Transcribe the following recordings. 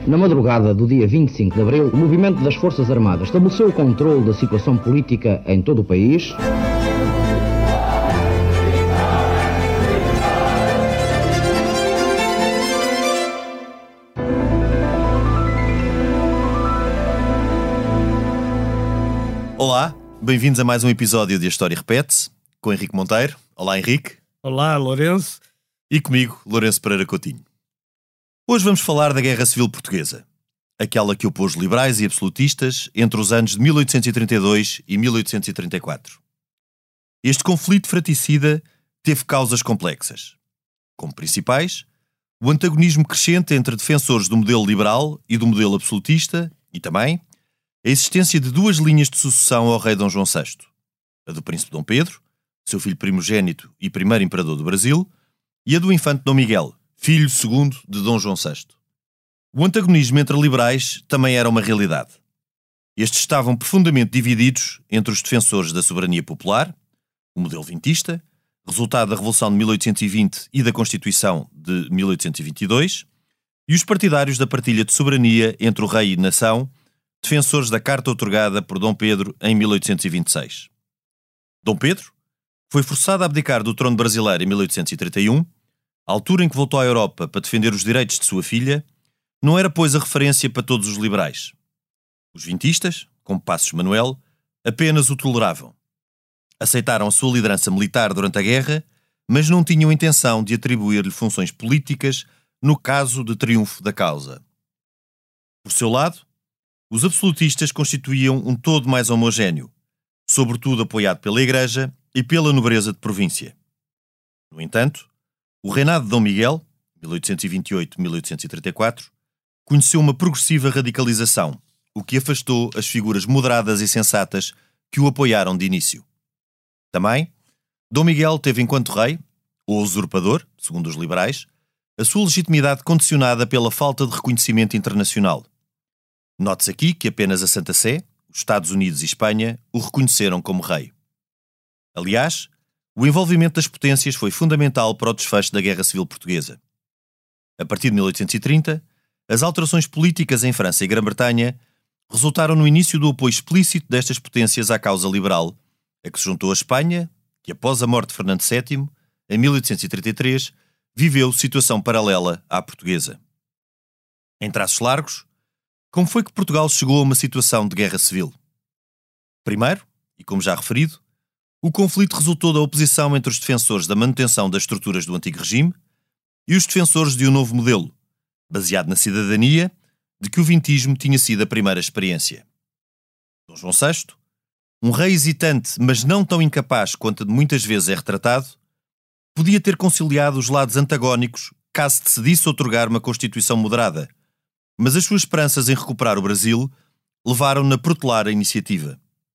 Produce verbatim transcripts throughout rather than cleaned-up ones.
Na madrugada do dia vinte e cinco de abril, o movimento das Forças Armadas estabeleceu o controle da situação política em todo o país. Olá, bem-vindos a mais um episódio de A História Repete-se, com Henrique Monteiro. Olá, Henrique. Olá, Lourenço. E comigo, Lourenço Pereira Coutinho. Hoje vamos falar da Guerra Civil Portuguesa, aquela que opôs liberais e absolutistas entre os anos de mil oitocentos e trinta e dois e mil oitocentos e trinta e quatro. Este conflito fratricida teve causas complexas. Como principais, o antagonismo crescente entre defensores do modelo liberal e do modelo absolutista e também a existência de duas linhas de sucessão ao rei Dom João sexto, a do príncipe Dom Pedro, seu filho primogênito e primeiro imperador do Brasil, e a do infante Dom Miguel, filho segundo de Dom João sexto. O antagonismo entre liberais também era uma realidade. Estes estavam profundamente divididos entre os defensores da soberania popular, o modelo vintista, resultado da Revolução de mil oitocentos e vinte e da Constituição de mil oitocentos e vinte e dois, e os partidários da partilha de soberania entre o rei e nação, defensores da carta outorgada por Dom Pedro em mil oitocentos e vinte e seis. Dom Pedro foi forçado a abdicar do trono brasileiro em mil oitocentos e trinta e um, a altura em que voltou à Europa para defender os direitos de sua filha, não era, pois, a referência para todos os liberais. Os vintistas, como Passos Manuel, apenas o toleravam. Aceitaram a sua liderança militar durante a guerra, mas não tinham intenção de atribuir-lhe funções políticas no caso de triunfo da causa. Por seu lado, os absolutistas constituíam um todo mais homogéneo, sobretudo apoiado pela Igreja e pela nobreza de província. No entanto, o reinado de Dom Miguel, mil oitocentos e vinte e oito a mil oitocentos e trinta e quatro, conheceu uma progressiva radicalização, o que afastou as figuras moderadas e sensatas que o apoiaram de início. Também, Dom Miguel teve enquanto rei, ou usurpador, segundo os liberais, a sua legitimidade condicionada pela falta de reconhecimento internacional. Note-se aqui que apenas a Santa Sé, os Estados Unidos e Espanha o reconheceram como rei. Aliás, o envolvimento das potências foi fundamental para o desfecho da Guerra Civil Portuguesa. A partir de mil oitocentos e trinta, as alterações políticas em França e Grã-Bretanha resultaram no início do apoio explícito destas potências à causa liberal, a que se juntou a Espanha, que após a morte de Fernando sétimo, em mil oitocentos e trinta e três, viveu situação paralela à portuguesa. Em traços largos, como foi que Portugal chegou a uma situação de guerra civil? Primeiro, e como já referido, o conflito resultou da oposição entre os defensores da manutenção das estruturas do antigo regime e os defensores de um novo modelo, baseado na cidadania, de que o vintismo tinha sido a primeira experiência. Dom João sexto, um rei hesitante, mas não tão incapaz quanto muitas vezes é retratado, podia ter conciliado os lados antagónicos caso decidisse outorgar uma Constituição moderada, mas as suas esperanças em recuperar o Brasil levaram-no a protelar a iniciativa.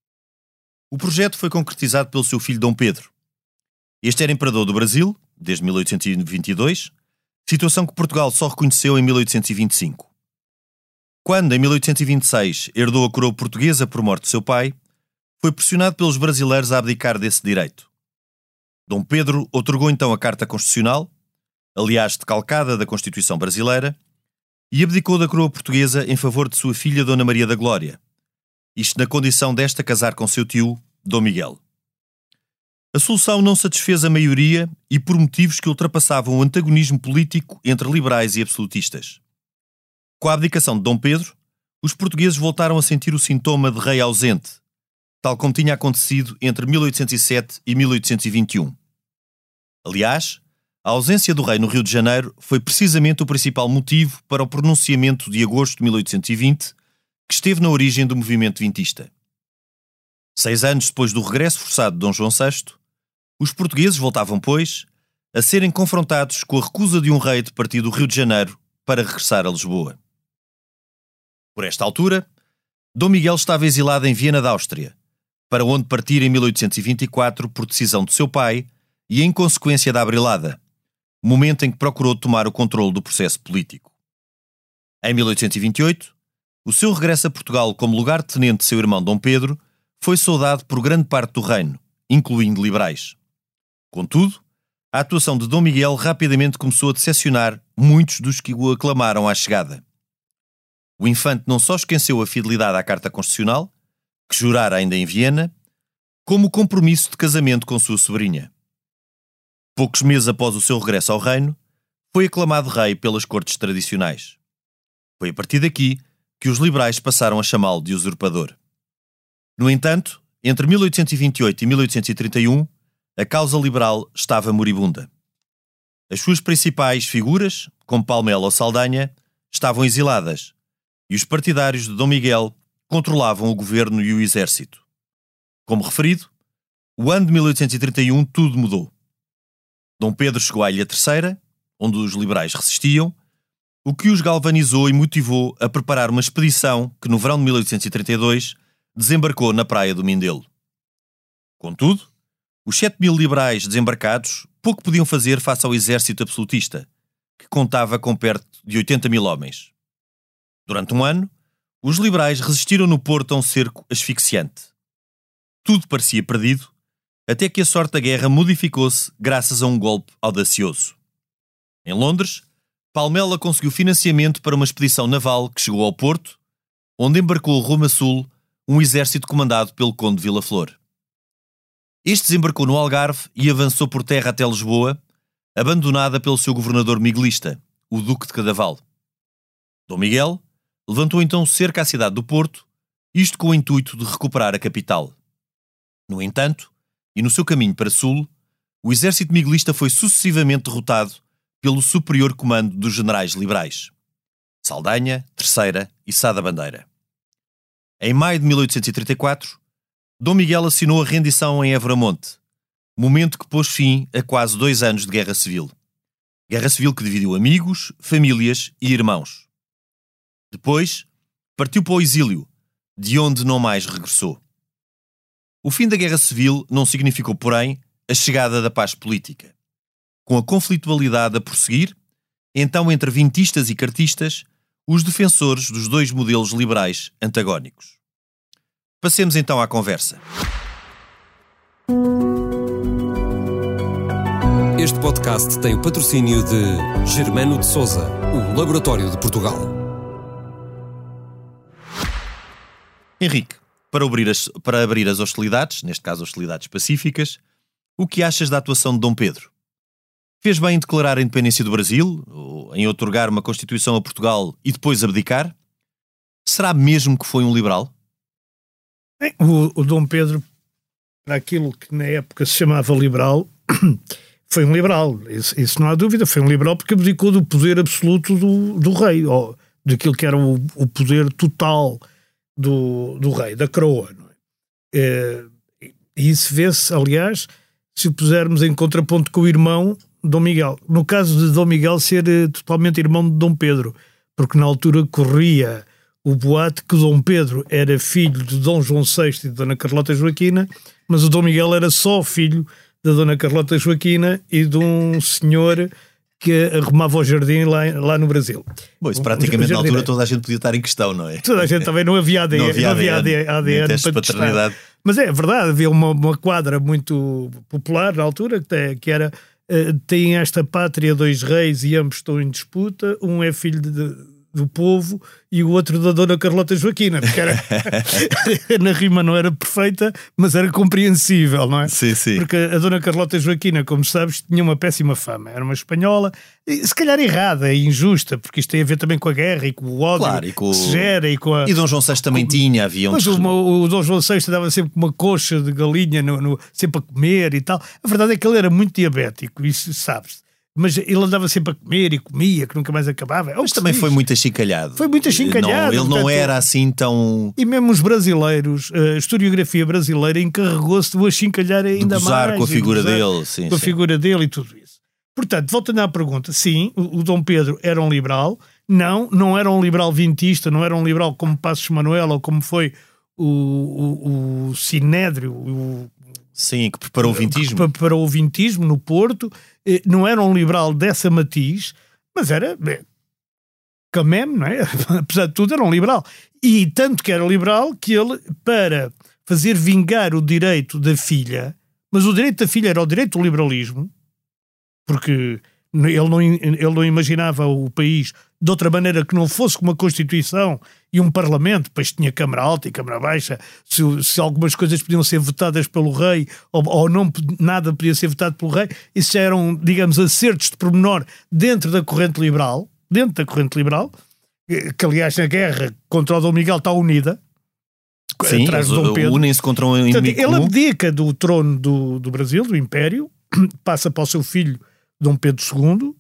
O projeto foi concretizado pelo seu filho Dom Pedro. Este era imperador do Brasil, desde mil oitocentos e vinte e dois, situação que Portugal só reconheceu em mil oitocentos e vinte e cinco. Quando, em mil oitocentos e vinte e seis, herdou a coroa portuguesa por morte de seu pai, foi pressionado pelos brasileiros a abdicar desse direito. Dom Pedro outorgou então a Carta Constitucional, aliás decalcada da Constituição brasileira, e abdicou da coroa portuguesa em favor de sua filha Dona Maria da Glória, isto na condição desta casar com seu tio, Dom Miguel. A solução não satisfez a maioria e por motivos que ultrapassavam o antagonismo político entre liberais e absolutistas. Com a abdicação de Dom Pedro, os portugueses voltaram a sentir o sintoma de rei ausente, tal como tinha acontecido entre mil oitocentos e sete e mil oitocentos e vinte e um. Aliás, a ausência do rei no Rio de Janeiro foi precisamente o principal motivo para o pronunciamento de agosto de mil oitocentos e vinte, que esteve na origem do movimento vintista. Seis anos depois do regresso forçado de Dom João sexto, os portugueses voltavam, pois, a serem confrontados com a recusa de um rei de partir do Rio de Janeiro para regressar a Lisboa. Por esta altura, Dom Miguel estava exilado em Viena da Áustria, para onde partir em mil oitocentos e vinte e quatro por decisão de seu pai e em consequência da Abrilhada, momento em que procurou tomar o controle do processo político. Em mil oitocentos e vinte e oito, o seu regresso a Portugal como lugar-tenente de seu irmão Dom Pedro foi saudado por grande parte do reino, incluindo liberais. Contudo, a atuação de Dom Miguel rapidamente começou a decepcionar muitos dos que o aclamaram à chegada. O infante não só esqueceu a fidelidade à Carta Constitucional, que jurara ainda em Viena, como o compromisso de casamento com sua sobrinha. Poucos meses após o seu regresso ao reino, foi aclamado rei pelas cortes tradicionais. Foi a partir daqui que os liberais passaram a chamá-lo de usurpador. No entanto, entre mil oitocentos e vinte e oito e mil oitocentos e trinta e um, a causa liberal estava moribunda. As suas principais figuras, como Palmela ou Saldanha, estavam exiladas, e os partidários de Dom Miguel controlavam o governo e o exército. Como referido, o ano de mil oitocentos e trinta e um tudo mudou. Dom Pedro chegou à Ilha Terceira, onde os liberais resistiam, o que os galvanizou e motivou a preparar uma expedição que, no verão de mil oitocentos e trinta e dois, desembarcou na praia do Mindelo. Contudo, os sete mil liberais desembarcados pouco podiam fazer face ao exército absolutista, que contava com perto de oitenta mil homens. Durante um ano, os liberais resistiram no porto a um cerco asfixiante. Tudo parecia perdido, até que a sorte da guerra modificou-se graças a um golpe audacioso. Em Londres, Palmela conseguiu financiamento para uma expedição naval que chegou ao Porto, onde embarcou rumo a sul um exército comandado pelo Conde de Vila-Flor. Este desembarcou no Algarve e avançou por terra até Lisboa, abandonada pelo seu governador miguelista, o Duque de Cadaval. Dom Miguel levantou então cerca à cidade do Porto, isto com o intuito de recuperar a capital. No entanto, e no seu caminho para sul, o exército miguelista foi sucessivamente derrotado pelo superior comando dos generais liberais, Saldanha, Terceira e Sá da Bandeira. Em maio de mil oitocentos e trinta e quatro, Dom Miguel assinou a rendição em Évora-Monte, momento que pôs fim a quase dois anos de guerra civil. Guerra civil que dividiu amigos, famílias e irmãos. Depois, partiu para o exílio, de onde não mais regressou. O fim da guerra civil não significou, porém, a chegada da paz política. Com a conflitualidade a prosseguir, então entre vintistas e cartistas, os defensores dos dois modelos liberais antagónicos. Passemos então à conversa. Este podcast tem o patrocínio de Germano de Sousa, o Laboratório de Portugal. Henrique, para abrir, as, para abrir as hostilidades, neste caso hostilidades pacíficas, o que achas da atuação de Dom Pedro? Fez bem em declarar a independência do Brasil, ou em outorgar uma Constituição a Portugal e depois abdicar? Será mesmo que foi um liberal? Bem, o, o Dom Pedro, para aquilo que na época se chamava liberal, foi um liberal, isso, isso não há dúvida, foi um liberal porque abdicou do poder absoluto do, do rei, ou daquilo que era o, o poder total do, do rei, da coroa. Não é? É, e isso vê-se, aliás, se o pusermos em contraponto com o irmão Dom Miguel. No caso de Dom Miguel ser eh, totalmente irmão de Dom Pedro, porque na altura corria o boato que Dom Pedro era filho de Dom João sexto e de Dona Carlota Joaquina, mas o Dom Miguel era só filho da Dona Carlota Joaquina e de um senhor que arrumava o jardim lá, lá no Brasil. Bom, isso praticamente na altura toda a gente podia estar em questão, não é? Toda a gente também não havia A D N, não havia, não havia A D N, A D N para paternidade. Mas é verdade, havia uma, uma quadra muito popular na altura que, te, que era uh, tem esta pátria dois reis e ambos estão em disputa, um é filho de, de, do povo e o outro da Dona Carlota Joaquina, porque era, na rima não era perfeita, mas era compreensível, não é? Sim, sim. Porque a Dona Carlota Joaquina, como sabes, tinha uma péssima fama, era uma espanhola, se calhar errada e injusta, porque isto tem a ver também com a guerra e com o ódio claro, e com... que se gera e com a... E Dom João sexto também com... tinha, havia um... Mas o, o Dom João sexto dava sempre uma coxa de galinha, no, no, sempre a comer e tal. A verdade é que ele era muito diabético, isso sabe-se. Mas ele andava sempre a comer e comia, que nunca mais acabava. É mas também foi muito achincalhado. Foi muito achincalhado. Não, ele portanto, não era assim tão... E mesmo os brasileiros, a historiografia brasileira encarregou-se de o achincalhar ainda de gozar mais. com a figura de dele. Sim, com a sim. figura dele e tudo isso. Portanto, voltando à pergunta, sim, o, o Dom Pedro era um liberal. Não, não era um liberal vintista, não era um liberal como Passos Manuel ou como foi o, o, o Sinédrio, o... Sim, que preparou o vintismo. Que preparou o vintismo no Porto. Não era um liberal dessa matiz, mas era camem, não é? Apesar de tudo, era um liberal. E tanto que era liberal que ele, para fazer vingar o direito da filha, mas o direito da filha era o direito do liberalismo, porque ele não, ele não imaginava o país de outra maneira que não fosse com uma Constituição e um Parlamento, depois tinha Câmara Alta e Câmara Baixa, se, se algumas coisas podiam ser votadas pelo rei ou, ou não, nada podia ser votado pelo rei, isso já eram, digamos, acertos de pormenor dentro da corrente liberal, dentro da corrente liberal, que aliás na guerra contra o Dom Miguel está unida. Sim, atrás de Dom Pedro. Unem-se contra um inimigo Portanto, ele comum. abdica do trono do, do Brasil, do Império, passa para o seu filho Dom Pedro segundo,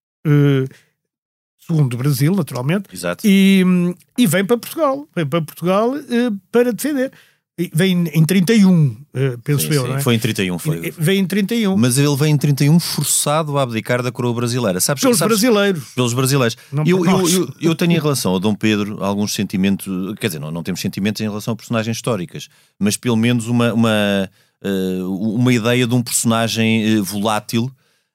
eh, segundo do Brasil, naturalmente, Exato. e, e vem para Portugal, vem para Portugal eh, para defender. E vem em trinta e um, eh, penso Sim, eu, sim, não é? Foi em trinta e um. Foi. Vem em trinta e um. Mas ele vem em trinta e um forçado a abdicar da coroa brasileira. Sabes, Pelos sabes, brasileiros. Pelos brasileiros. Não Eu, por eu, nós. eu, eu tenho em relação ao Dom Pedro alguns sentimentos, quer dizer, não, não temos sentimentos em relação a personagens históricas, mas pelo menos uma, uma, uh, uma ideia de um personagem uh, volátil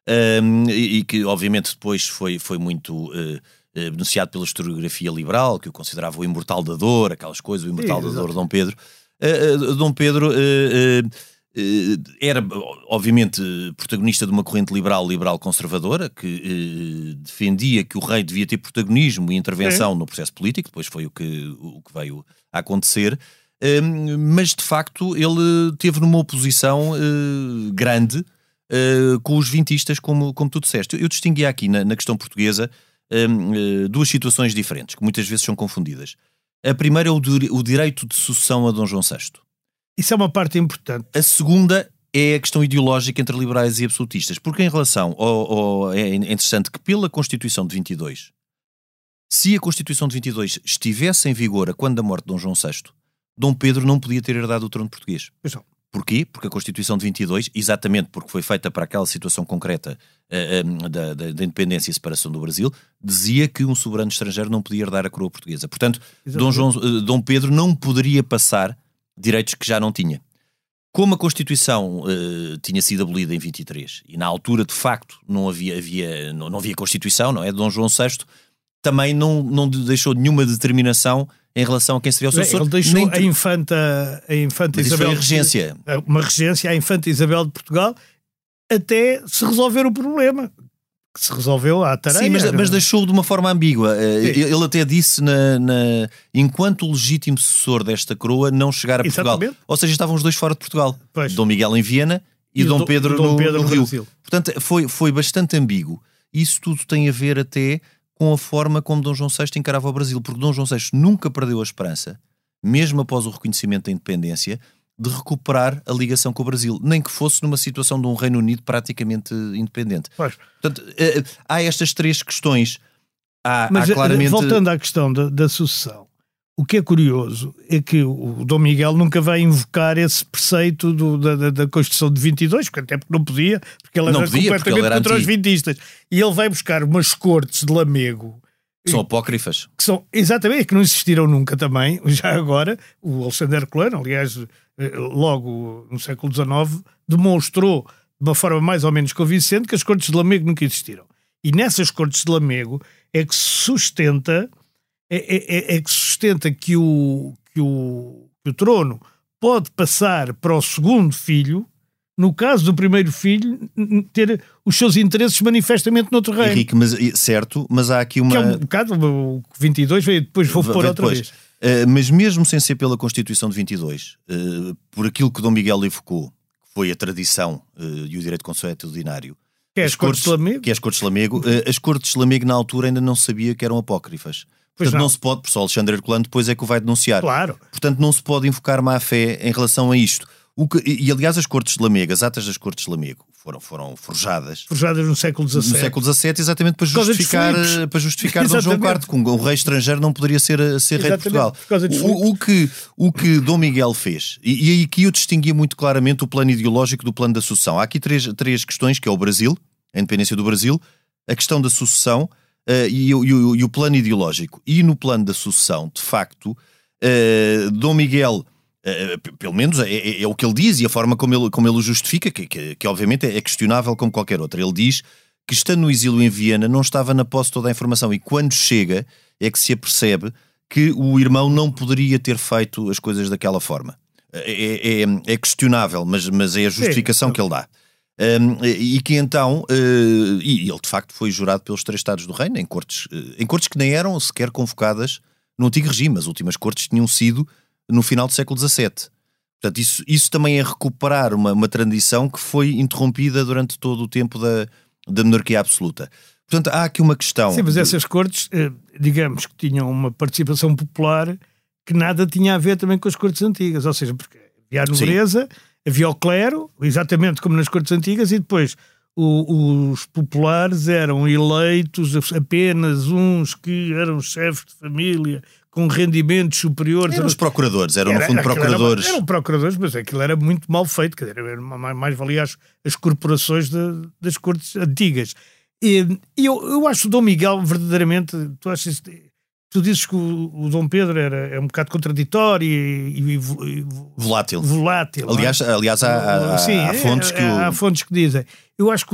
um, e, e que obviamente depois foi, foi muito uh, uh, beneficiado pela historiografia liberal, que o considerava o imortal da dor, aquelas coisas, o imortal Sim, da exato. dor, Dom Pedro. Uh, uh, Dom Pedro uh, uh, uh, era, obviamente, protagonista de uma corrente liberal, liberal conservadora, que uh, defendia que o rei devia ter protagonismo e intervenção é. no processo político, depois foi o que, o que veio a acontecer, uh, mas de facto ele teve numa oposição uh, grande uh, com os vintistas, como, como tu disseste. Eu, eu distinguia aqui na, na questão portuguesa uh, uh, duas situações diferentes, que muitas vezes são confundidas. A primeira é o, o direito de sucessão a Dom João sexto. Isso é uma parte importante. A segunda é a questão ideológica entre liberais e absolutistas, porque em relação ao, ao, é interessante que pela Constituição de vinte e dois, se a Constituição de vinte e dois estivesse em vigor a quando da morte de Dom João sexto, Dom Pedro não podia ter herdado o trono português. Pois não. Porquê? Porque a Constituição de vinte e dois, exatamente porque foi feita para aquela situação concreta uh, um, da, da, da independência e separação do Brasil, dizia que um soberano estrangeiro não podia herdar a coroa portuguesa. Portanto, Dom, João, uh, Dom Pedro não poderia passar direitos que já não tinha. Como a Constituição uh, tinha sido abolida em vinte e três, e na altura, de facto, não havia, havia, não, não havia Constituição, não é? Dom João sexto também não, não deixou nenhuma determinação em relação a quem seria o sucessor. Ele deixou Nem... a infanta, a infanta Isabel... Foi a regência. Uma regência, a infanta Isabel de Portugal, até se resolver o problema. Que se resolveu à tarefa. Sim, mas, mas deixou de uma forma ambígua. Sim. Ele até disse, na, na, enquanto o legítimo sucessor desta coroa não chegar a Portugal. Exatamente. Ou seja, estavam os dois fora de Portugal. Pois. Dom Miguel em Viena e, e Dom Pedro, Dom no, Pedro no Rio. Brasil. Portanto, foi, foi bastante ambíguo. Isso tudo tem a ver até com a forma como Dom João sexto encarava o Brasil, porque Dom João sexto nunca perdeu a esperança, mesmo após o reconhecimento da independência, de recuperar a ligação com o Brasil, nem que fosse numa situação de um Reino Unido praticamente independente. Pois. Portanto, há estas três questões. Há, Mas, há claramente... voltando à questão da, da sucessão, o que é curioso é que o Dom Miguel nunca vai invocar esse preceito do, da, da, da Constituição de vinte e dois, até porque não podia, porque ele não era podia, completamente ele era contra anti... os vintistas. E ele vai buscar umas cortes de Lamego. Que são apócrifas. Que são, exatamente, que não existiram nunca também, já agora. O Alexandre Herculano, aliás, logo no século dezenove, demonstrou de uma forma mais ou menos convincente que as cortes de Lamego nunca existiram. E nessas cortes de Lamego é que se sustenta é, é, é que sustenta que o, que, o, que o trono pode passar para o segundo filho, no caso do primeiro filho ter os seus interesses manifestamente noutro reino. Henrique, mas, certo, mas há aqui uma... Que é um bocado, o vinte e dois, veio depois vou pôr outra vez. Uh, mas mesmo sem ser pela Constituição de vinte e dois, uh, por aquilo que Dom Miguel evocou, que foi a tradição uh, e o direito consuetudinário, que é as, as Cortes de Lamego, que é as Cortes de Lamego, uh, as Cortes de Lamego na altura ainda não sabia que eram apócrifas. Portanto, não. não se pode, por só Alexandre Herculano depois é que o vai denunciar. Claro. Portanto, não se pode invocar má-fé em relação a isto. O que, e, aliás, as Cortes de Lamego, as atas das Cortes de Lamego, foram, foram forjadas. Forjadas no século dezassete. No século dezassete, exatamente para justificar, para justificar Dom João quarto, que um rei estrangeiro não poderia ser, ser rei de Portugal. De o, o, que, o que Dom Miguel fez, e, e aqui eu distinguia muito claramente o plano ideológico do plano da sucessão. Há aqui três, três questões, que é o Brasil, a independência do Brasil, a questão da sucessão uh, e, e, e, e o plano ideológico. E no plano da sucessão, de facto, uh, Dom Miguel... Uh, pelo menos é, é, é o que ele diz e a forma como ele, como ele o justifica, que, que, que obviamente é questionável como qualquer outra. Ele diz que estando no exílio em Viena não estava na posse de toda a informação e quando chega é que se apercebe que o irmão não poderia ter feito as coisas daquela forma. É, é, é questionável, mas, mas é a justificação Sim. que ele dá. Um, e que então, uh, e ele de facto foi jurado pelos três Estados do Reino, em cortes, uh, em cortes que nem eram sequer convocadas no antigo regime. As últimas cortes tinham sido no final do século dezassete. Portanto, isso, isso também é recuperar uma, uma tradição que foi interrompida durante todo o tempo da, da monarquia absoluta. Portanto, há aqui uma questão... Sim, mas essas cortes, digamos que tinham uma participação popular que nada tinha a ver também com as cortes antigas. Ou seja, porque havia a nobreza, sim, havia o clero, exatamente como nas cortes antigas, e depois o, os populares eram eleitos apenas uns que eram chefes de família, com rendimentos superiores. Eram os procuradores, eram era, no fundo procuradores. Era, eram procuradores, mas aquilo era muito mal feito, quer dizer, era mais, mais valia as, as corporações de, das cortes antigas. E eu, eu acho o Dom Miguel verdadeiramente, tu achas, tu dizes que o, o Dom Pedro era, é um bocado contraditório e, e, e volátil. volátil. Aliás, aliás há, há, Sim, há fontes que... O... Há fontes que dizem. Eu acho que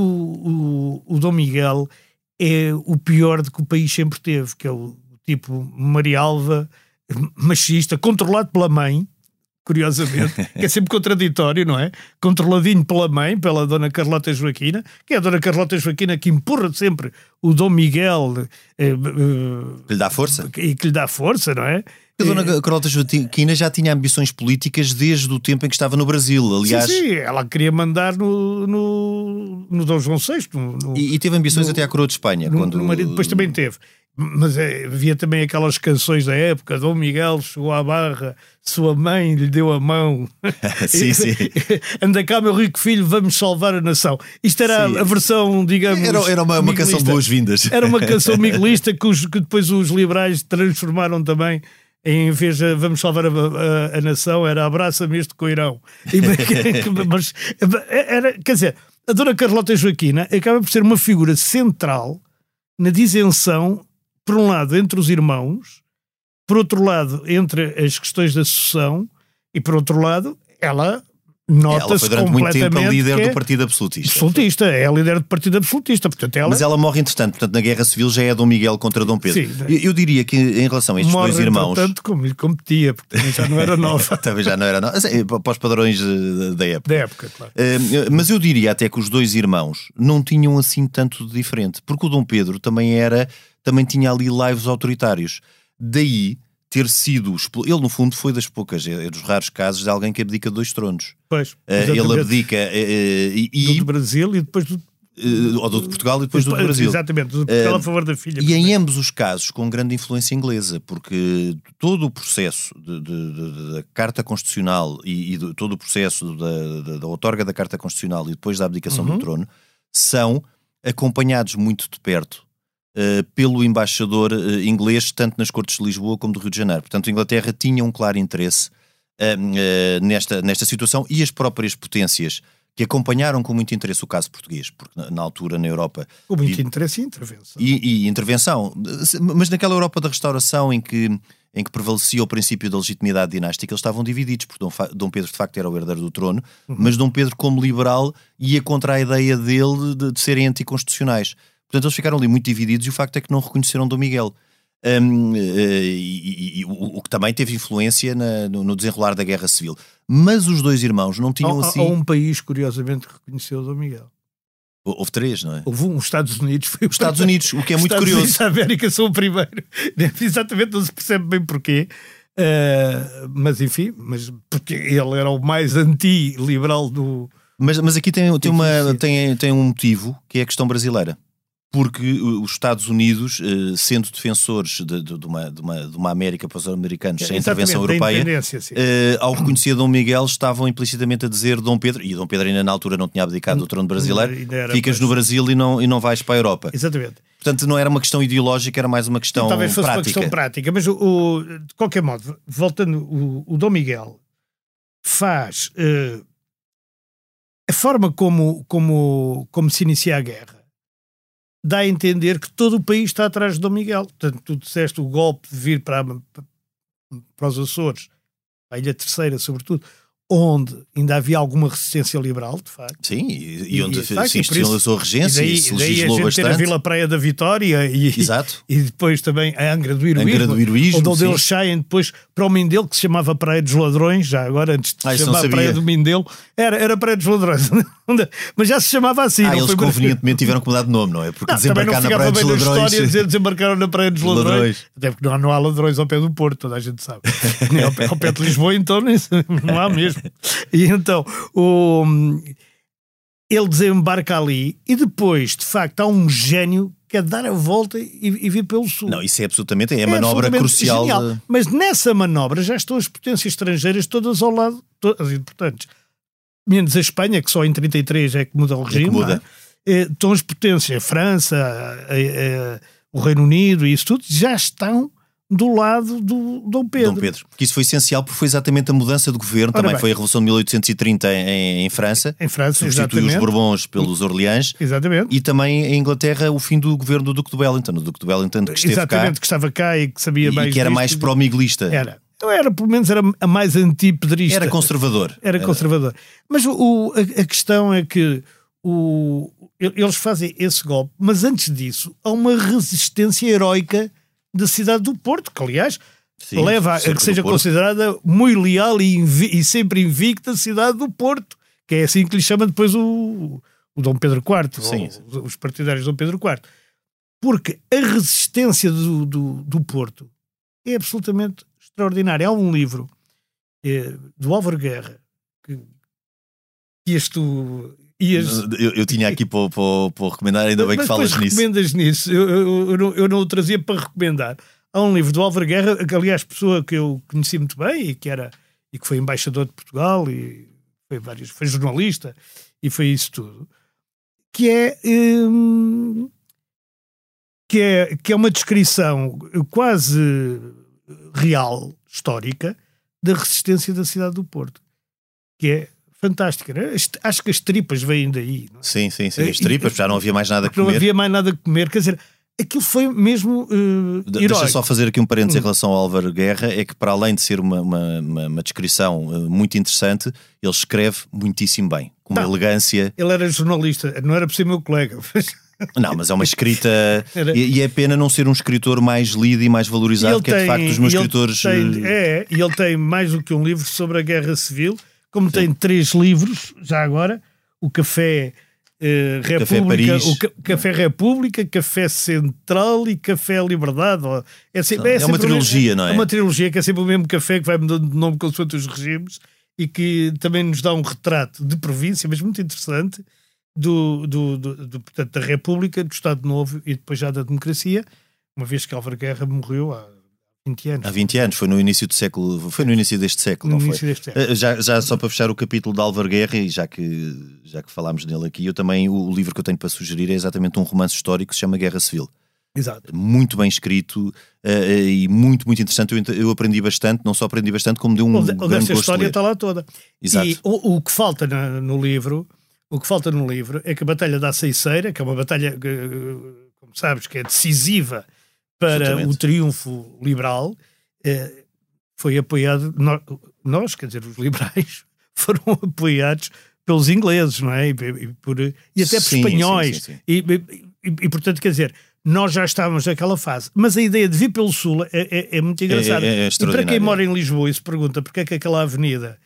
o, o, o Dom Miguel é o pior de que o país sempre teve, que é o tipo Marialva, machista, controlado pela mãe, curiosamente, que é sempre contraditório, não é? Controladinho pela mãe, pela Dona Carlota Joaquina, que é a Dona Carlota Joaquina que empurra sempre o Dom Miguel eh, eh, que lhe dá força. E que lhe dá força, não é? A Dona Carlota Joaquina já tinha ambições políticas desde o tempo em que estava no Brasil, aliás... Sim, sim, ela queria mandar no, no, no Dom João sexto. No, e, e teve ambições no, até à coroa de Espanha. No, quando... no marido depois também teve. Mas é, havia também aquelas canções da época, Dom Miguel chegou à Barra, sua mãe lhe deu a mão. Sim, sim. Anda cá, meu rico filho, vamos salvar a nação. Isto era sim. a versão, digamos... Era, era uma, uma canção de boas-vindas. Era uma canção miguelista que, os, que depois os liberais transformaram também em vez de vamos salvar a, a, a nação, era abraça-me este coirão. E, mas, era, quer dizer, a Dona Carlota Joaquina acaba por ser uma figura central na disenção, por um lado, entre os irmãos, por outro lado, entre as questões da sucessão, e por outro lado, ela nota-se ela foi durante muito tempo a líder é do Partido Absolutista. Absolutista, é a líder do Partido Absolutista. Portanto, ela... Mas ela morre entretanto, portanto na Guerra Civil já é Dom Miguel contra Dom Pedro. Sim, eu, eu diria que em relação a estes morre dois irmãos... Morre entretanto como lhe competia, porque também já não era nova. Também já não era nova, para os padrões da época. Da época, claro. Uh, mas eu diria até que os dois irmãos não tinham assim tanto de diferente, porque o Dom Pedro também era, também tinha ali laivos autoritários. Daí... ter sido... Ele, no fundo, foi das poucas, é dos raros casos de alguém que abdica dois tronos. Pois, uh, ele abdica... Uh, e, do, do Brasil e depois do... Uh, ou do de Portugal e depois do, do Brasil. Exatamente, do Portugal uh, a favor da filha. E em ambos os casos com grande influência inglesa, porque todo o processo de, de, de, da Carta Constitucional e, e de, todo o processo da, da, da outorga da Carta Constitucional e depois da abdicação uhum. do trono são acompanhados muito de perto Uh, pelo embaixador uh, inglês, tanto nas Cortes de Lisboa como do Rio de Janeiro. Portanto, a Inglaterra tinha um claro interesse uh, uh, nesta, nesta situação, e as próprias potências que acompanharam com muito interesse o caso português, porque na, na altura na Europa... Com muito e, interesse e intervenção. E, e intervenção. Mas naquela Europa da restauração em que, em que prevalecia o princípio da legitimidade dinástica, eles estavam divididos, porque Dom, Dom Pedro de facto era o herdeiro do trono, uhum. mas Dom Pedro, como liberal, ia contra a ideia dele de, de serem anticonstitucionais. Portanto, eles ficaram ali muito divididos, e o facto é que não reconheceram Dom Miguel. Um, uh, e, e, e o, o que também teve influência na, no, no desenrolar da Guerra Civil. Mas os dois irmãos não tinham há, assim... Há um país, curiosamente, que reconheceu Dom Miguel. Houve três, não é? Houve um, os Estados Unidos. Foi os Estados Unidos, o que é muito Estados curioso. Os Estados Unidos da América são o primeiro. Exatamente, não se percebe bem porquê. Uh, mas enfim, mas porque ele era o mais anti-liberal do... Mas, mas aqui tem, tem, uma, tem, tem um motivo, que é a questão brasileira. Porque os Estados Unidos, sendo defensores de, de, de, uma, de, uma, de uma América para os americanos sem intervenção europeia, uh, ao reconhecer Dom Miguel, estavam implicitamente a dizer Dom Pedro, e Dom Pedro ainda na altura não tinha abdicado do trono brasileiro, ficas no Brasil e não, e não vais para a Europa. Exatamente. Portanto, não era uma questão ideológica, era mais uma questão Talvez fosse prática. Uma questão prática, mas o, o, de qualquer modo, voltando, o, o Dom Miguel faz uh, a forma como, como, como se inicia a guerra, dá a entender que todo o país está atrás de Dom Miguel. Portanto, tu disseste o golpe de vir para, para os Açores, a Ilha Terceira sobretudo, onde ainda havia alguma resistência liberal, de facto. Sim, e, e onde e, de facto, se institucionalizou a regência e, daí, e se legislou daí a bastante. Ter a Vila Praia da Vitória e, Exato. e depois também a Angra do Heroísmo, Angra do Heroísmo, onde eles saem depois para o Mindelo, que se chamava Praia dos Ladrões, já agora, antes de se ah, chamar Praia do Mindelo, era, era Praia dos Ladrões, mas já se chamava assim. Ah, não eles foi convenientemente tiveram que mudar de nome, não é? Porque não, desembarcar na Praia dos Ladrões... Ladrões... história dizer desembarcaram na Praia dos Ladrões, ladrões. Até porque não, não há ladrões ao pé do Porto, toda a gente sabe. Nem ao pé, ao pé de Lisboa, então nem, não há mesmo. E então... O, ele desembarca ali e depois, de facto, há um gênio que é dar a volta e, e vir pelo sul. Não, isso é absolutamente, é a manobra absolutamente crucial. De... Mas nessa manobra já estão as potências estrangeiras todas ao lado, todas importantes. Menos a Espanha, que só em trinta e três é que muda o regime. É que muda. É? Estão as potências, a França, a, a, a, o Reino Unido e isso tudo, já estão do lado do Dom Pedro. Dom Pedro. Porque isso foi essencial, porque foi exatamente a mudança de governo. Ora também bem, foi a Revolução de mil oitocentos e trinta em, em França. Em França, substituiu exatamente. os Bourbons pelos Orleans. Exatamente. E também em Inglaterra o fim do governo do Duque de Wellington. O Duque de Wellington que esteve exatamente, cá. que estava cá e que sabia e, mais E que era mais disto. pró-miguelista. Era. Então era, pelo menos, era a mais antipedrista. Era conservador. Era conservador. Mas o, a, a questão é que o, eles fazem esse golpe, mas antes disso há uma resistência heroica da cidade do Porto, que aliás sim, leva a que seja considerada muito leal e, e sempre invicta a cidade do Porto, que é assim que lhe chama depois o, o Dom Pedro quarto, sim, sim. Os, os partidários de Dom Pedro quarto. Porque a resistência do, do, do Porto é absolutamente extraordinária. Há um livro é, do Álvaro Guerra que, que este... Ias... Eu, eu tinha aqui para, para, para recomendar, ainda bem mas que falas nisso. recomendas nisso, eu, eu, eu, não, eu não o trazia para recomendar. Há um livro do Álvaro Guerra, que aliás pessoa que eu conheci muito bem e que, era, e que foi embaixador de Portugal e foi, vários, foi jornalista e foi isso tudo, que é, hum, que é, que é uma descrição quase real, histórica, da resistência da cidade do Porto, que é fantástica, não é? Acho que as tripas vêm daí. Não é? Sim, sim, sim, as tripas, e, já não havia mais nada a comer. Não havia mais nada a comer, quer dizer, aquilo foi mesmo uh, de, Deixa só fazer aqui um parênteses hum. em relação ao Álvaro Guerra, é que para além de ser uma, uma, uma, uma descrição uh, muito interessante, ele escreve muitíssimo bem, com uma não, elegância. Ele era jornalista, não era por ser meu colega. Não, mas é uma escrita e, e é pena não ser um escritor mais lido e mais valorizado, que é de facto os meus escritores... Tem, é, e ele tem mais do que um livro sobre a Guerra Civil, como sim. tem três livros, já agora, o Café eh, República, Café o ca Café República, Café Central e Café Liberdade. É, sempre, é, é uma trilogia, mesmo, não é? É uma trilogia que é sempre o mesmo café que vai mudando de nome consoante os regimes e que também nos dá um retrato de província, mas muito interessante, do, do, do, do, portanto, da República, do Estado Novo e depois já da democracia, uma vez que Álvaro Guerra morreu há vinte anos. Há vinte anos, foi no início do século, foi no início deste século, no não início foi? Deste século. Já, já só para fechar o capítulo de Álvaro Guerra, e já que, já que falámos nele aqui, eu também, o, o livro que eu tenho para sugerir é exatamente um romance histórico que se chama Guerra Civil. Exato. Muito bem escrito uh, e muito, muito interessante. Eu, eu aprendi bastante, não só aprendi bastante, como deu um grande gosto de ler. A história está lá toda. Exato. E o, o que falta na, no livro, o que falta no livro é que a Batalha da Aceiceira, que é uma batalha, como sabes, que é decisiva para exatamente. O triunfo liberal, eh, foi apoiado, nós, nós, quer dizer, os liberais, foram apoiados pelos ingleses, não é? E, e, por, e até por sim, espanhóis. Sim, sim, sim. E, e, e, portanto, quer dizer, nós já estávamos naquela fase. Mas a ideia de vir pelo Sul é, é, é muito engraçada. É, é, é e para quem mora em Lisboa e se pergunta porque é que aquela avenida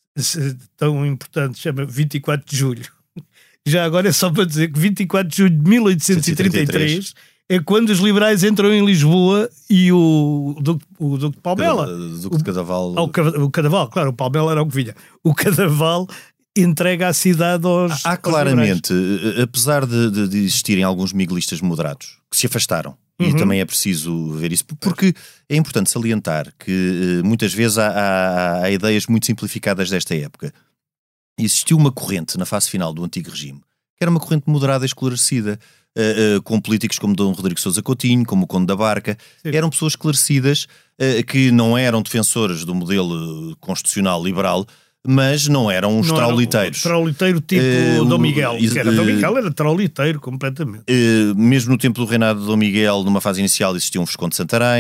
tão importante chama vinte e quatro de julho, já agora é só para dizer que vinte e quatro de julho de mil oitocentos e trinta e três é quando os liberais entram em Lisboa e o Duque, o Duque de Palmela, o Duque de Cadaval, o, o Cadaval, claro, o Palmela era o que vinha, o Cadaval entrega a cidade aos Há aos claramente, liberais. Apesar de, de, de existirem alguns miguelistas moderados que se afastaram, uhum. e também é preciso ver isso, porque é importante salientar que muitas vezes há, há, há ideias muito simplificadas desta época. Existiu uma corrente na fase final do antigo regime, que era uma corrente moderada e esclarecida, uh, uh, com políticos como Dom Rodrigo Sousa Coutinho, como o Conde da Barca. Sim. Eram pessoas esclarecidas, uh, que não eram defensores do modelo constitucional liberal, mas não eram os não trauliteiros. Era um trauliteiro tipo uh, Dom Miguel, que era, uh, Dom Miguel era trauliteiro completamente. Uh, mesmo no tempo do reinado de Dom Miguel, numa fase inicial, existia um Visconde de Santarém,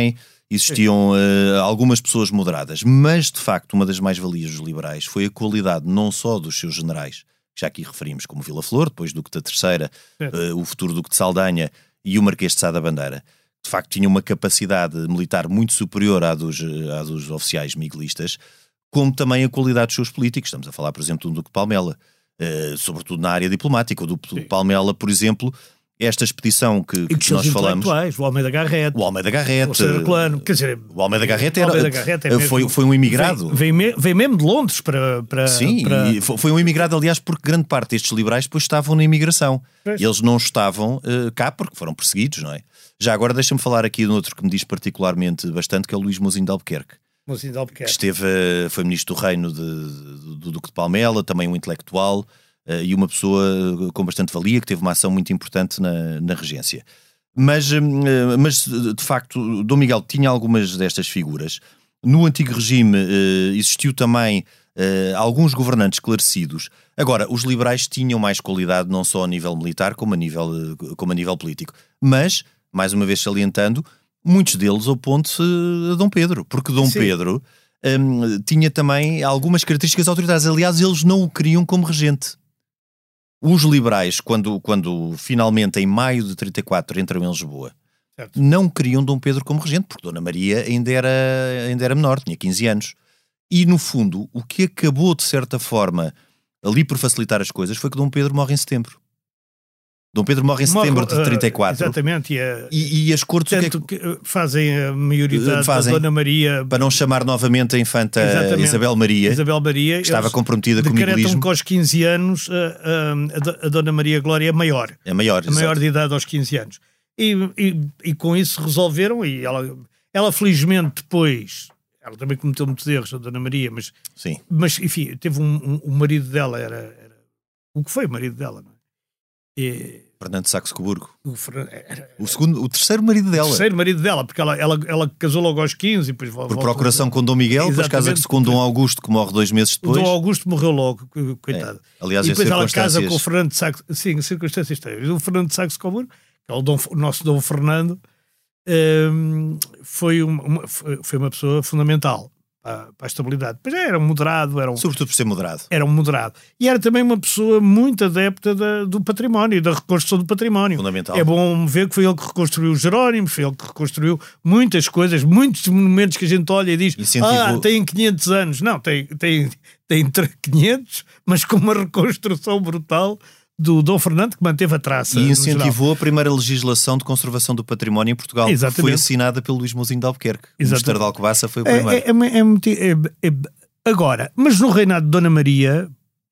existiam uh, algumas pessoas moderadas, mas de facto uma das mais-valias dos liberais foi a qualidade não só dos seus generais, que já aqui referimos como Vila Flor, depois Duque da Terceira, uh, o futuro Duque de Saldanha e o Marquês de Sá da Bandeira. De facto tinham uma capacidade militar muito superior à dos, à dos oficiais miguelistas, como também a qualidade dos seus políticos. Estamos a falar, por exemplo, do Duque de Palmela, uh, sobretudo na área diplomática. O Duque de Palmela, por exemplo, esta expedição que, que nós falamos... O Almeida Garrett. O Almeida Garrett. O Serraclano. Quer dizer... O Almeida Garrett, era, Almeida Garrett é foi, foi um imigrado. Vem, vem, vem mesmo de Londres para... para Sim, para... E foi um imigrado, aliás, porque grande parte destes liberais depois estavam na imigração. Pois. E eles não estavam uh, cá porque foram perseguidos, não é? Já agora deixa-me falar aqui de um outro que me diz particularmente bastante, que é o Luís Mouzinho de Albuquerque. Mouzinho de Albuquerque. Que esteve, foi ministro do Reino de, de, do Duque de Palmela, também um intelectual uh, e uma pessoa com bastante valia, que teve uma ação muito importante na, na regência. Mas, uh, mas, de facto, Dom Miguel tinha algumas destas figuras. No antigo regime uh, existiu também uh, alguns governantes esclarecidos. Agora, os liberais tinham mais qualidade não só a nível militar como a nível, como a nível político. Mas, mais uma vez salientando, muitos deles opontam-se a Dom Pedro, porque Dom Sim. Pedro um, tinha também algumas características autoritárias. Aliás, eles não o queriam como regente. Os liberais, quando, quando finalmente em maio de trinta e quatro entram em Lisboa, Certo. não queriam Dom Pedro como regente, porque Dona Maria ainda era, ainda era menor, tinha quinze anos. E no fundo, o que acabou de certa forma ali por facilitar as coisas foi que Dom Pedro morre em setembro. Dom Pedro morre em setembro Morre, de trinta e quatro. Uh, exatamente. E, a, E, e as cortes o que é tanto que, que fazem a maioridade Fazem. da Dona Maria... para não chamar novamente a infanta Exatamente. Isabel Maria, Isabel Maria, estava eles comprometida com o decretam miguelismo, que aos quinze anos a, a, a Dona Maria Glória é maior. é maior, A maior exato. de idade aos quinze anos. E, e, e com isso resolveram, e ela, ela felizmente depois, ela também cometeu muitos erros, a Dona Maria, mas, Sim. mas enfim, teve um, um, o marido dela, era, era o que foi o marido dela, não é? E, Fernando de Saxe-Coburgo. o, Fer- era, O, segundo, o terceiro marido o dela. terceiro marido dela, porque ela, ela, ela casou logo aos quinze e depois Por voltou- procuração com Dom Miguel, depois Exatamente. casa-se com Dom Augusto, que morre dois meses O depois. Dom Augusto morreu logo, co- coitado. É. Aliás, E em depois ela casa circunstâncias- com o Fernando de Saxe, sim, circunstâncias estranhas. O Fernando de Saxe-Coburgo, que é o, Dom, o nosso Dom Fernando, hum, foi, uma, uma- foi foi uma pessoa fundamental para, para a estabilidade. Pois é, era um moderado, era um, Sobretudo por ser moderado. era um moderado. E era também uma pessoa muito adepta da- do património, da reconstrução do património. Fundamental. É bom ver que foi ele que reconstruiu os Jerónimos, foi ele que reconstruiu muitas coisas, muitos monumentos que a gente olha e diz, Incentivou- ah, tem quinhentos anos. Não, tem, tem, tem quinhentos, mas com uma reconstrução brutal do Dom Fernando, que manteve a traça. E no geral. incentivou a primeira legislação de conservação do património em Portugal, que Exatamente. foi assinada pelo Luís Mouzinho de Albuquerque. O Exatamente. Mosteiro de Alcobaça foi o É, primeiro. é, é, é muito- é- é- agora, mas no reinado de Dona Maria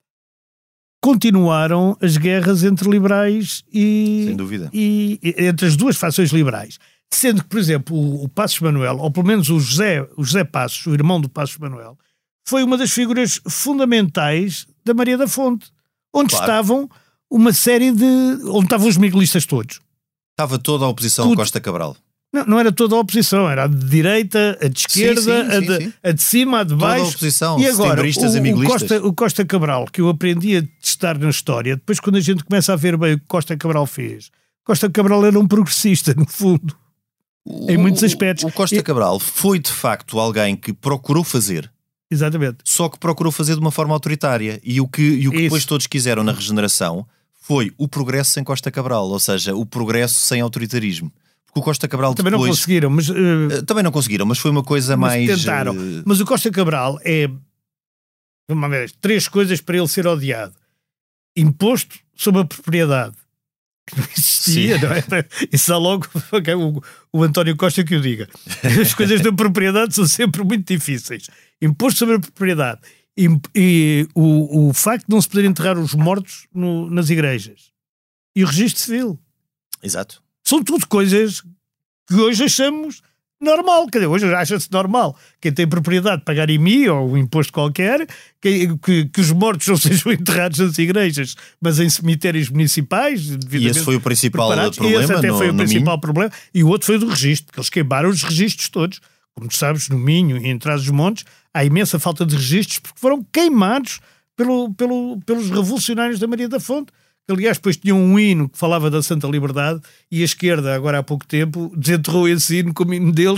continuaram as guerras entre liberais e, Sem dúvida. e- e entre as duas fações liberais. Sendo que, por exemplo, o, o Passos Manuel, ou pelo menos o José, o José Passos, o irmão do Passos Manuel, foi uma das figuras fundamentais da Maria da Fonte, onde Claro. estavam uma série de... onde estavam os miguelistas todos. Estava toda a oposição Tudo. a Costa Cabral. Não, não era toda a oposição, era a de direita, a de esquerda, sim, a, sim, de, sim. a de cima, a de Toda a baixo. oposição, E agora, setembristas, o, o, amiguelistas. Costa, o Costa Cabral, que eu aprendi a testar na história, depois quando a gente começa a ver bem o que Costa Cabral fez, Costa Cabral era um progressista, no fundo, em muitos aspectos. O, o Costa E- Cabral foi, de facto, alguém que procurou fazer, Exatamente. só que procurou fazer de uma forma autoritária. E o que, e o que Isso. depois todos quiseram na regeneração foi o progresso sem Costa Cabral, ou seja, o progresso sem autoritarismo. Porque o Costa Cabral Também não depois... conseguiram, mas, uh, Eh, Também não conseguiram, mas foi uma coisa mas mais... tentaram. eh, Mas o Costa Cabral é, vamos ver, três coisas para ele ser odiado. Imposto sobre a propriedade, que não existia, Sim. não é? Isso dá logo o, o António Costa que o diga. As coisas da propriedade são sempre muito difíceis. Imposto sobre a propriedade. E, e o, o facto de não se poder enterrar os mortos no- nas igrejas. E o registro civil. Exato. São tudo coisas que hoje achamos normal. Quer dizer, hoje acha-se normal quem tem propriedade pagar I M I ou um imposto qualquer, que, que, que os mortos não sejam enterrados nas igrejas, mas em cemitérios municipais. E esse foi o principal preparados. problema. E esse até no, foi o no principal Minho. problema. E o outro foi do registro, porque eles queimaram os registros todos. Como tu sabes, no Minho e em Trás-os-Montes há imensa falta de registros porque foram queimados pelo, pelo, pelos revolucionários da Maria da Fonte. Que, aliás, depois tinham um hino que falava da Santa Liberdade e a esquerda, agora há pouco tempo, desenterrou esse hino como hino deles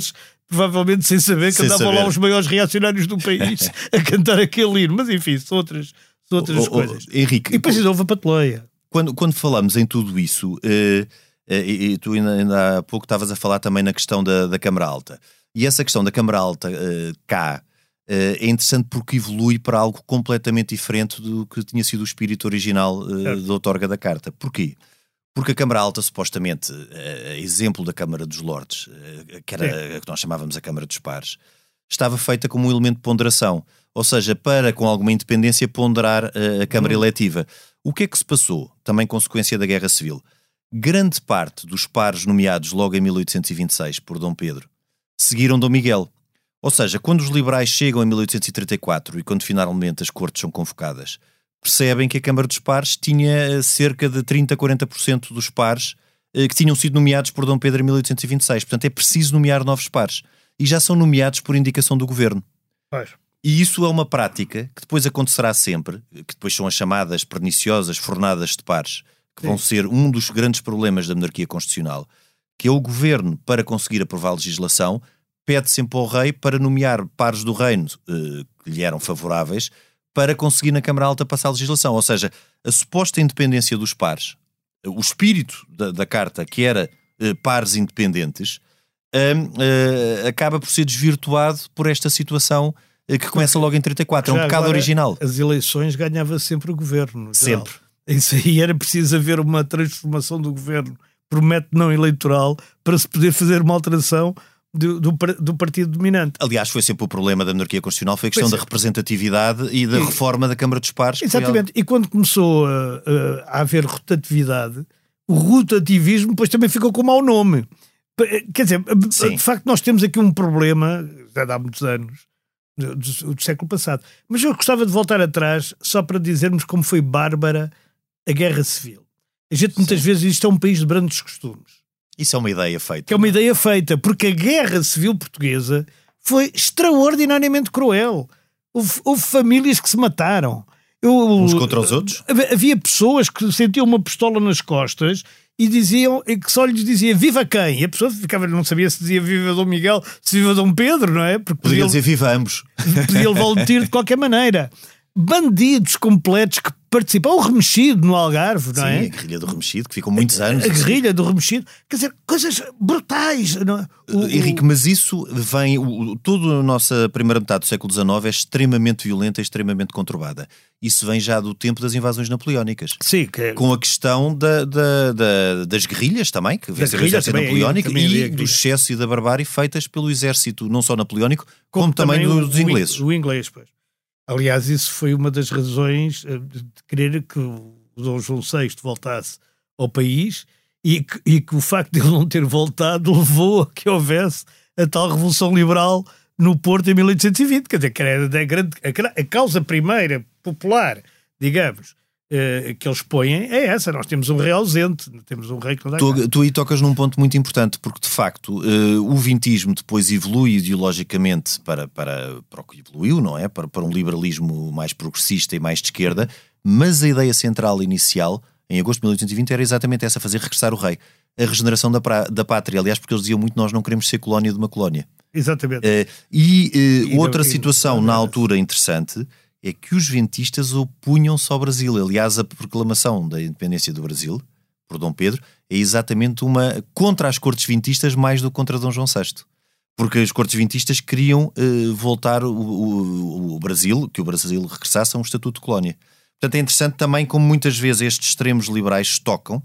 provavelmente sem saber que Sem andavam saber. lá os maiores reacionários do país a cantar aquele hino. Mas enfim, são outras, são outras Oh, oh, coisas. Henrique, E depois houve a patuleia. Quando, quando falamos em tudo isso, uh, uh, e, e tu ainda, ainda há pouco estavas a falar também na questão da, da Câmara Alta. E essa questão da Câmara Alta uh, cá uh, é interessante porque evolui para algo completamente diferente do que tinha sido o espírito original uh, da outorga da Carta. Porquê? Porque a Câmara Alta, supostamente, uh, exemplo da Câmara dos Lordes, uh, que era a que nós chamávamos a Câmara dos Pares, estava feita como um elemento de ponderação. Ou seja, para, com alguma independência, ponderar uh, a Câmara Hum. Eletiva. O que é que se passou? Também consequência da Guerra Civil. Grande parte dos pares nomeados logo em mil oitocentos e vinte e seis por Dom Pedro seguiram Dom Miguel. Ou seja, quando os liberais chegam em mil oitocentos e trinta e quatro e quando finalmente as cortes são convocadas, percebem que a Câmara dos Pares tinha cerca de trinta a quarenta por cento dos pares eh, que tinham sido nomeados por Dom Pedro em mil oitocentos e vinte e seis. Portanto, é preciso nomear novos pares. E já são nomeados por indicação do governo. Pois. E isso é uma prática que depois acontecerá sempre, que depois são as chamadas perniciosas fornadas de pares, que vão ser um dos grandes problemas da monarquia constitucional, que é o governo, para conseguir aprovar a legislação, pede sempre ao rei para nomear pares do reino eh, que lhe eram favoráveis, para conseguir na Câmara Alta passar a legislação. Ou seja, a suposta independência dos pares, o espírito da, da Carta, que era eh, pares independentes, eh, eh, acaba por ser desvirtuado por esta situação que começa logo em trinta e quatro, é um Já pecado agora, original. As eleições ganhava sempre o governo. Sempre. Isso aí era preciso haver uma transformação do governo por método não eleitoral para se poder fazer uma alteração do, do, do partido dominante. Aliás, foi sempre o problema da monarquia constitucional, foi a questão Pois da é. representatividade e da E- reforma da Câmara dos Pares. que foi Exatamente. E quando começou a, a- a haver rotatividade, o rotativismo depois também ficou com mau nome. Quer dizer, Sim. de facto nós temos aqui um problema, já há muitos anos, do, do- do século passado. Mas eu gostava de voltar atrás só para dizermos como foi bárbara a Guerra Civil. A gente muitas vezes, isto é um país de brandos costumes. Isso é uma ideia feita. Que é uma ideia feita, porque a Guerra Civil Portuguesa foi extraordinariamente cruel. Houve, houve famílias que se mataram. Eu, Uns contra os outros? Havia pessoas que sentiam uma pistola nas costas e diziam, e que só lhes dizia viva quem? E a pessoa ficava, não sabia se dizia viva Dom Miguel, se viva Dom Pedro, não é? Porque Podia podia, dizer viva ambos. podia levar um tiro de qualquer maneira. Bandidos completos que participaram, o Remexido no Algarve, não Sim, é? a guerrilha do Remexido, que ficou muitos anos. A guerrilha do Remexido, quer dizer, coisas brutais. Não é? O- o- Henrique, mas isso vem... O, o- toda a nossa primeira metade do século dezenove é extremamente violenta e extremamente conturbada. Isso vem já do tempo das invasões napoleónicas. Sim, que Com a questão da, da- da- das guerrilhas também, que venceram o guerrilhas exército também, napoleónico, também havia e do guerrilha. excesso e da barbárie feitas pelo exército, não só napoleónico, como, também, o- dos o- ingleses. O, inglês, pois. Aliás, isso foi uma das razões eh, de querer que o Dom João sexto voltasse ao país e que, e que o facto de ele não ter voltado levou a que houvesse a tal Revolução Liberal no Porto em mil oitocentos e vinte. Quer dizer, que era a, grande, a, a causa primeira popular, digamos, eh, que eles põem é essa. Nós temos um rei ausente, temos um rei que não dá cá. Tu, tu aí tocas num ponto muito importante, porque de facto eh, o vintismo depois evolui ideologicamente para, para, para o que evoluiu, não é? Para, para um liberalismo mais progressista e mais de esquerda, mas a ideia central inicial, em agosto de mil oitocentos e vinte, era exatamente essa, fazer regressar o rei. A regeneração da, pra, da pátria, aliás, porque eles diziam muito, nós não queremos ser colónia de uma colónia. Exatamente. Eh, e eh, E outra não- e- situação não- na altura interessante é que os ventistas opunham-se ao Brasil. Aliás, a proclamação da independência do Brasil, por Dom Pedro, é exatamente uma contra as cortes vintistas mais do que contra Dom João sexto. Porque as cortes vintistas queriam eh, voltar o, o, o Brasil, que o Brasil regressasse a um estatuto de colónia. Portanto, é interessante também como muitas vezes estes extremos liberais tocam.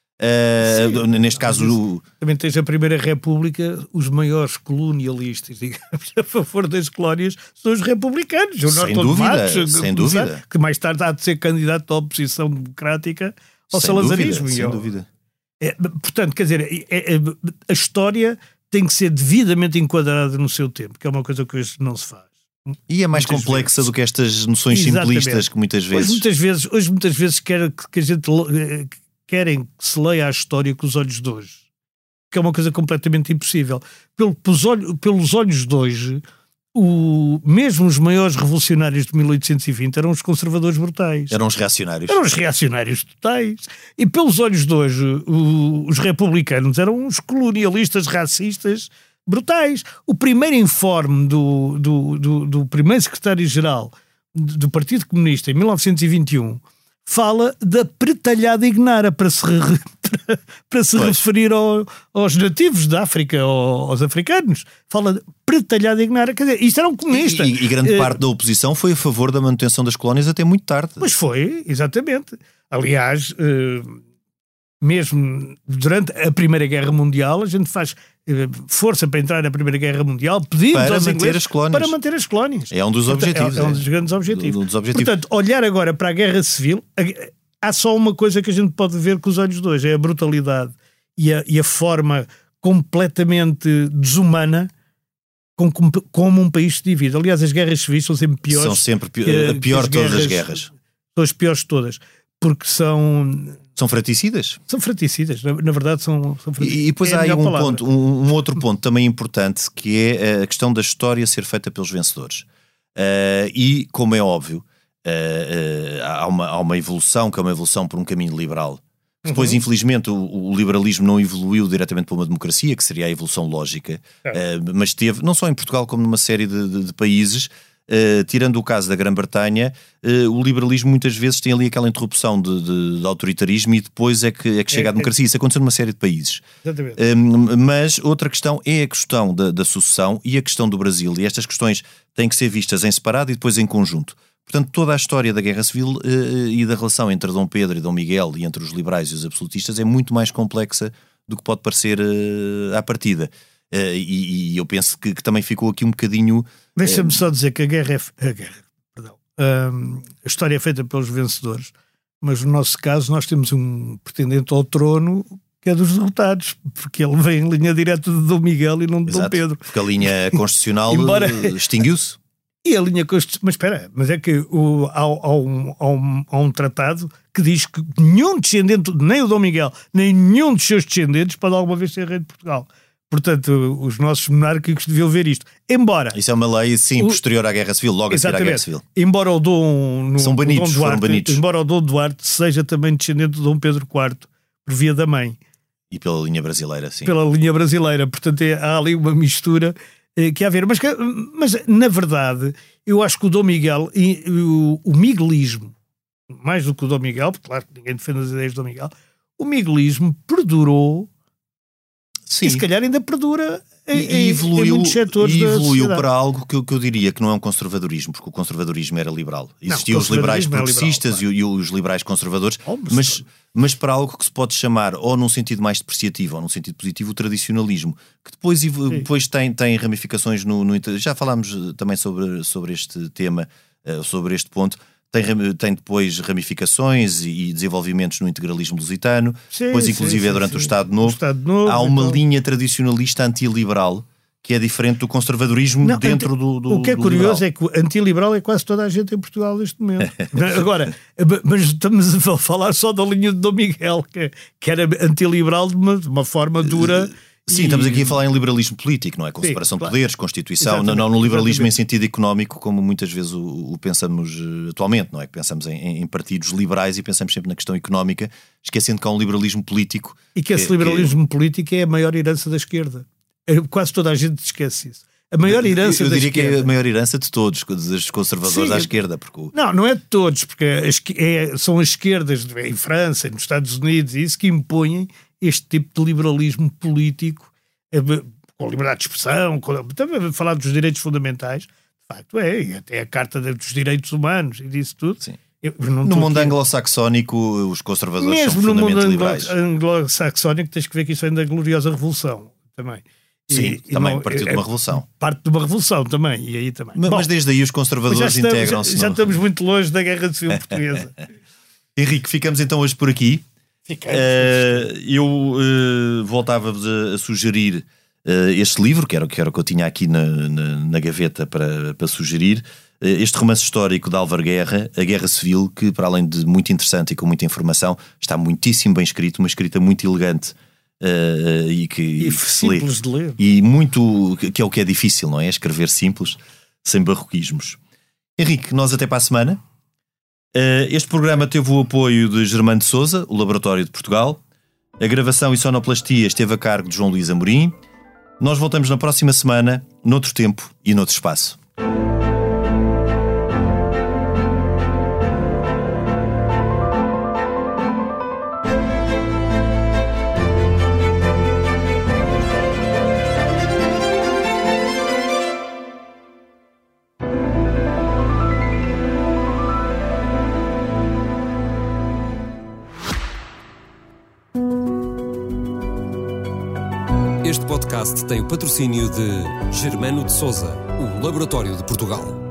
Eh, neste caso, o, Também tens a Primeira República, os maiores colonialistas, digamos, a favor das colónias são os republicanos. O Sem Norton de dúvida, Matos, sem a começar, dúvida. que mais tarde há de ser candidato à oposição democrática ao sem salazarismo. dúvida, E sem ao- dúvida. É, portanto, quer dizer, é- é- a história tem que ser devidamente enquadrada no seu tempo, que é uma coisa que hoje não se faz. E é mais Muitas complexa vezes. do que estas noções Exatamente. simplistas que muitas Hoje vezes... muitas vezes, hoje muitas vezes quer que, que a gente eh, querem que se leia a história com os olhos de hoje, que é uma coisa completamente impossível. Pelo, pelos, olhos, pelos olhos de hoje, o, mesmo os maiores revolucionários de mil oitocentos e vinte eram os conservadores brutais. Eram os reacionários. Eram os reacionários totais. E pelos olhos de hoje, o- os republicanos eram os colonialistas racistas brutais. O primeiro informe do, do, do, do primeiro secretário-geral do Partido Comunista, em mil novecentos e vinte e um, fala da pretalhada ignara para se, para, para se referir ao, aos nativos da África, aos africanos. Fala de pretalhada ignara. Quer dizer, isto era um comunista. E, e, e grande uh, parte da oposição foi a favor da manutenção das colónias até muito tarde. Pois foi, exatamente. Aliás, uh, mesmo durante a Primeira Guerra Mundial, a gente faz uh, força para entrar na Primeira Guerra Mundial, pedindo para aos manter ingleses as colónias. para manter as colónias. É um dos objetivos. É, é um dos grandes objetivos. Um dos objetivos. Portanto, olhar agora para a Guerra Civil, há só uma coisa que a gente pode ver com os olhos de hoje, é a brutalidade e a, e a forma completamente desumana com, com, como um país se divide. Aliás, as guerras civis são sempre piores. São sempre pior, que, a pior de todas as guerras. São as piores de todas. Porque são... São fraticidas? São fraticidas, na, na verdade são, são fraticidas. E, e depois é há aí um, ponto, um, um outro ponto também importante, que é a questão da história ser feita pelos vencedores. Uh, e, como é óbvio, uh, uh, há, uma, há uma evolução, que é uma evolução por um caminho liberal. Depois, uhum. infelizmente, o, o liberalismo não evoluiu diretamente para uma democracia, que seria a evolução lógica, é. uh, mas teve, não só em Portugal, como numa série de, de, de países. Uh, tirando o caso da Grã-Bretanha, uh, o liberalismo muitas vezes tem ali aquela interrupção de, de, de autoritarismo e depois é que, é que chega é, à democracia. É... Isso aconteceu numa série de países. Exatamente. Um, mas outra questão é a questão da, da sucessão e a questão do Brasil. E estas questões têm que ser vistas em separado e depois em conjunto. Portanto, toda a história da Guerra Civil uh, e da relação entre Dom Pedro e Dom Miguel e entre os liberais e os absolutistas é muito mais complexa do que pode parecer uh, à partida. Uh, e, e eu penso que, que também ficou aqui um bocadinho... Deixa-me só dizer que a guerra é... A, guerra, perdão, um, a história é feita pelos vencedores, mas no nosso caso nós temos um pretendente ao trono que é dos derrotados, porque ele vem em linha direta de Dom Miguel e não de Exato, Dom Pedro. Porque a linha constitucional Embora... extinguiu-se. E a linha constitucional... Mas espera, mas é que o, há, há, um, há, um, há um tratado que diz que nenhum descendente, nem o Dom Miguel, nem nenhum dos seus descendentes pode alguma vez ser rei de Portugal. Portanto, os nossos monárquicos deviam ver isto. Embora... Isso é uma lei, sim, o, posterior à Guerra Civil, logo a seguir à Guerra Civil. Embora o Dom... No, São banidos, o Dom Duarte, foram banidos. Embora o Dom Duarte seja também descendente de Dom Pedro quarto, por via da mãe. E pela linha brasileira, sim. Pela linha brasileira. Portanto, é, há ali uma mistura eh, que há a ver. Mas, mas, na verdade, eu acho que o Dom Miguel, e, o, o miguelismo, mais do que o Dom Miguel, porque claro que ninguém defende as ideias do Dom Miguel, o miguelismo perdurou. Sim. E se calhar ainda perdura em, e evoluiu, em muitos setores e da evoluiu sociedade. para algo que eu, que eu diria que não é um conservadorismo, porque o conservadorismo era liberal. Existiam os liberais progressistas liberal, e, e os liberais conservadores, oh, mas, mas, mas para algo que se pode chamar, ou num sentido mais depreciativo, ou num sentido positivo, o tradicionalismo, que depois, depois tem, tem ramificações no, no... Já falámos também sobre, sobre este tema, sobre este ponto. Tem, tem depois ramificações e, e desenvolvimentos no integralismo lusitano, sim, depois inclusive sim, é durante sim, o Estado Novo. O Estado Novo há uma então... linha tradicionalista antiliberal que é diferente do conservadorismo não, dentro anti... do, do O que é do curioso liberal. é que o antiliberal é quase toda a gente em Portugal neste momento. Agora, mas estamos a falar só da linha de Dom Miguel, que, que era antiliberal de uma, de uma forma dura... Sim, e... estamos aqui a falar em liberalismo político, não é? Com Sim, separação claro. de poderes, Constituição, não, não no liberalismo Exatamente. Em sentido económico, como muitas vezes o, o pensamos atualmente, não é? Que pensamos em, em partidos liberais e pensamos sempre na questão económica, esquecendo que há um liberalismo político. E que esse que, liberalismo que... político é a maior herança da esquerda. Quase toda a gente esquece isso. A maior herança eu, eu da diria esquerda... que é a maior herança de todos, dos conservadores Sim, à esquerda. Porque o... Não, não é de todos, porque é, são as esquerdas em França, nos Estados Unidos, e isso que impõem este tipo de liberalismo político com liberdade de expressão, com, também a falar dos direitos fundamentais, de facto é, e até a Carta dos Direitos Humanos e disso tudo. Sim. No mundo anglo-saxónico, os conservadores Mesmo são profundamente no mundo liberais. anglo-saxónico tens que ver que isso vem da gloriosa Revolução também. Sim, e, também e não, partiu é, de uma revolução. Parte de uma revolução também, e aí também. Mas, Bom, mas desde aí os conservadores integram-se. Já, já no... estamos muito longe da Guerra Civil Portuguesa. Henrique, ficamos então hoje por aqui. Ficamos. Uh, eu uh, voltava-vos a, a sugerir uh, este livro, que era, que era o que eu tinha aqui na, na, na gaveta para, para sugerir. Uh, este romance histórico de Álvaro Guerra, A Guerra Civil, que para além de muito interessante e com muita informação, está muitíssimo bem escrito, uma escrita muito elegante. Uh, e que e simples de ler. E muito, que é o que é difícil, não é? Escrever simples, sem barroquismos. Henrique, nós até para a semana. Uh, este programa teve o apoio de Germano de Souza, o Laboratório de Portugal. A gravação e sonoplastia esteve a cargo de João Luís Amorim. Nós voltamos na próxima semana, noutro tempo e noutro espaço. Este podcast tem o patrocínio de Germano de Souza, o Laboratório de Portugal.